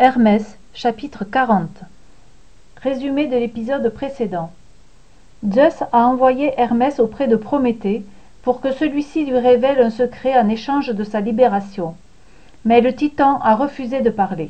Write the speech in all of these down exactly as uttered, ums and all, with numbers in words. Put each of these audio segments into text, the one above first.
Hermès, chapitre quarante. Résumé de l'épisode précédent. Zeus a envoyé Hermès auprès de Prométhée pour que celui-ci lui révèle un secret en échange de sa libération. Mais le titan a refusé de parler.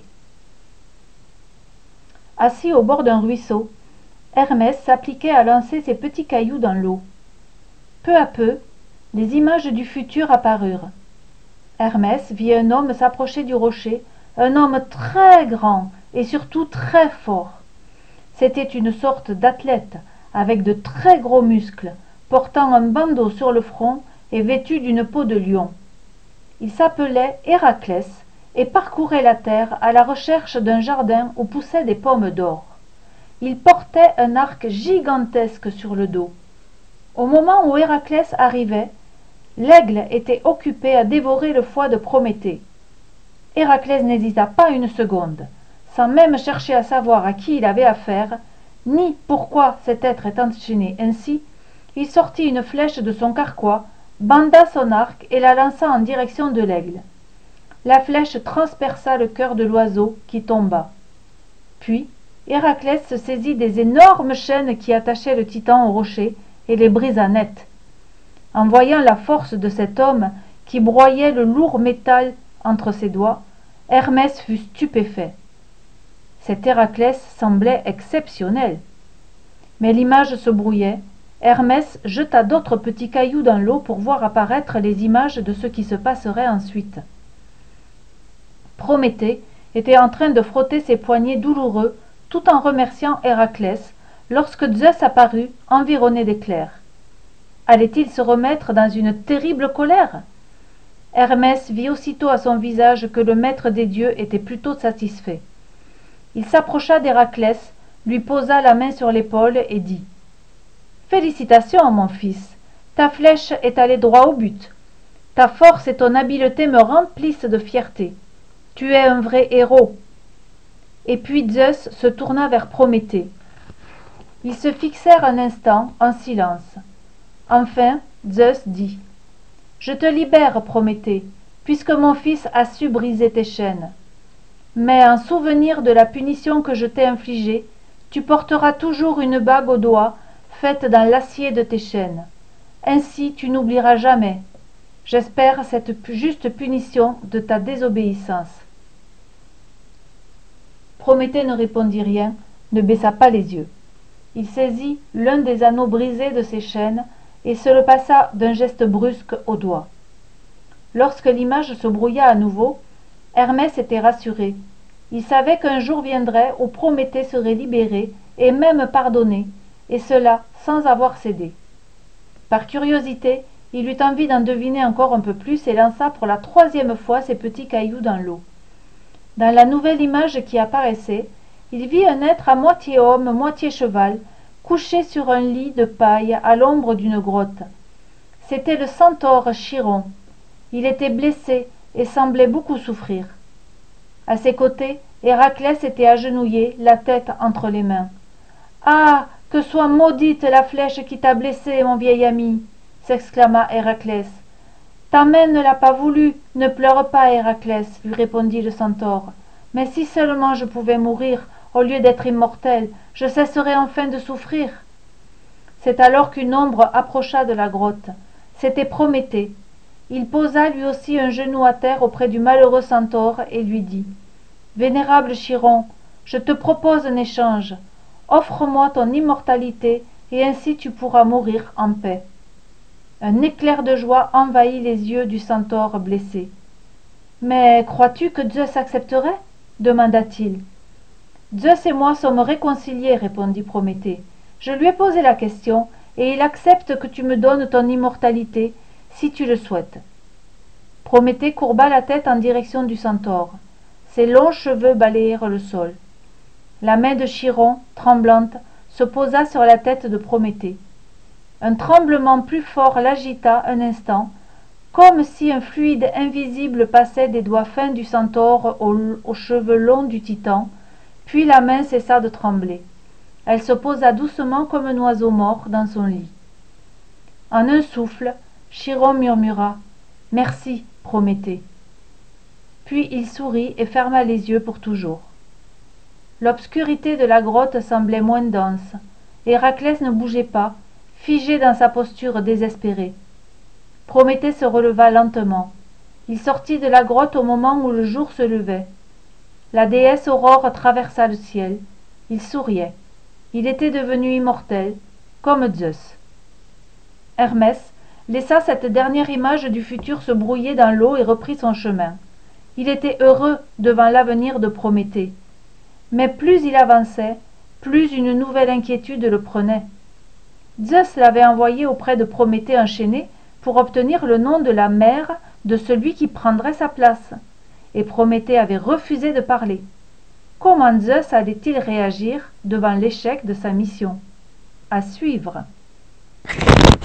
Assis au bord d'un ruisseau, Hermès s'appliquait à lancer ses petits cailloux dans l'eau. Peu à peu, les images du futur apparurent. Hermès vit un homme s'approcher du rocher, un homme très grand et surtout très fort. C'était une sorte d'athlète, avec de très gros muscles, portant un bandeau sur le front et vêtu d'une peau de lion. Il s'appelait Héraclès et parcourait la terre à la recherche d'un jardin où poussaient des pommes d'or. Il portait un arc gigantesque sur le dos. Au moment où Héraclès arrivait, l'aigle était occupé à dévorer le foie de Prométhée. Héraclès n'hésita pas une seconde, sans même chercher à savoir à qui il avait affaire, ni pourquoi cet être est enchaîné ainsi. Il sortit une flèche de son carquois, banda son arc et la lança en direction de l'aigle. La flèche transperça le cœur de l'oiseau qui tomba. Puis Héraclès se saisit des énormes chaînes qui attachaient le titan au rocher et les brisa net. En voyant la force de cet homme qui broyait le lourd métal entre ses doigts, Hermès fut stupéfait. Cet Héraclès semblait exceptionnel. Mais l'image se brouillait. Hermès jeta d'autres petits cailloux dans l'eau pour voir apparaître les images de ce qui se passerait ensuite. Prométhée était en train de frotter ses poignets douloureux tout en remerciant Héraclès lorsque Zeus apparut, environné d'éclairs. Allait-il se remettre dans une terrible colère ? Hermès vit aussitôt à son visage que le maître des dieux était plutôt satisfait. Il s'approcha d'Héraclès, lui posa la main sur l'épaule et dit « Félicitations, mon fils, ta flèche est allée droit au but. Ta force et ton habileté me remplissent de fierté. Tu es un vrai héros. » Et puis Zeus se tourna vers Prométhée. Ils se fixèrent un instant en silence. Enfin, Zeus dit « Je te libère, Prométhée, puisque mon fils a su briser tes chaînes. Mais en souvenir de la punition que je t'ai infligée, tu porteras toujours une bague au doigt, faite dans l'acier de tes chaînes. Ainsi tu n'oublieras jamais. J'espère cette juste punition de ta désobéissance. » Prométhée ne répondit rien, ne baissa pas les yeux. Il saisit l'un des anneaux brisés de ses chaînes et se le passa d'un geste brusque au doigt. Lorsque l'image se brouilla à nouveau, Hermès était rassuré. Il savait qu'un jour viendrait où Prométhée serait libéré et même pardonné, et cela sans avoir cédé. Par curiosité, il eut envie d'en deviner encore un peu plus et lança pour la troisième fois ses petits cailloux dans l'eau. Dans la nouvelle image qui apparaissait, il vit un être à moitié homme, moitié cheval, couché sur un lit de paille à l'ombre d'une grotte. C'était le centaure Chiron. Il était blessé et semblait beaucoup souffrir. À ses côtés, Héraclès était agenouillé, la tête entre les mains. « Ah, que soit maudite la flèche qui t'a blessé, mon vieil ami !» s'exclama Héraclès. « Ta main ne l'a pas voulu, ne pleure pas, Héraclès, lui répondit le centaure. Mais si seulement je pouvais mourir, au lieu d'être immortel, je cesserais enfin de souffrir. » C'est alors qu'une ombre approcha de la grotte. C'était Prométhée. Il posa lui aussi un genou à terre auprès du malheureux centaure et lui dit « Vénérable Chiron, je te propose un échange. Offre-moi ton immortalité et ainsi tu pourras mourir en paix. » Un éclair de joie envahit les yeux du centaure blessé. « Mais crois-tu que Zeus accepterait ?» demanda-t-il. « Zeus et moi sommes réconciliés, répondit Prométhée. Je lui ai posé la question et il accepte que tu me donnes ton immortalité si tu le souhaites. » Prométhée courba la tête en direction du centaure. Ses longs cheveux balayèrent le sol. La main de Chiron, tremblante, se posa sur la tête de Prométhée. Un tremblement plus fort l'agita un instant, comme si un fluide invisible passait des doigts fins du centaure aux, aux cheveux longs du titan, puis la main cessa de trembler. Elle se posa doucement comme un oiseau mort dans son lit. En un souffle, Chiron murmura « Merci, Prométhée ». Puis il sourit et ferma les yeux pour toujours. L'obscurité de la grotte semblait moins dense. Héraclès ne bougeait pas, figé dans sa posture désespérée. Prométhée se releva lentement. Il sortit de la grotte au moment où le jour se levait. La déesse Aurore traversa le ciel. Il souriait. Il était devenu immortel, comme Zeus. Hermès laissa cette dernière image du futur se brouiller dans l'eau et reprit son chemin. Il était heureux devant l'avenir de Prométhée. Mais plus il avançait, plus une nouvelle inquiétude le prenait. Zeus l'avait envoyé auprès de Prométhée enchaîné pour obtenir le nom de la mère de celui qui prendrait sa place. Et Prométhée avait refusé de parler. Comment Zeus allait-il réagir devant l'échec de sa mission? À suivre.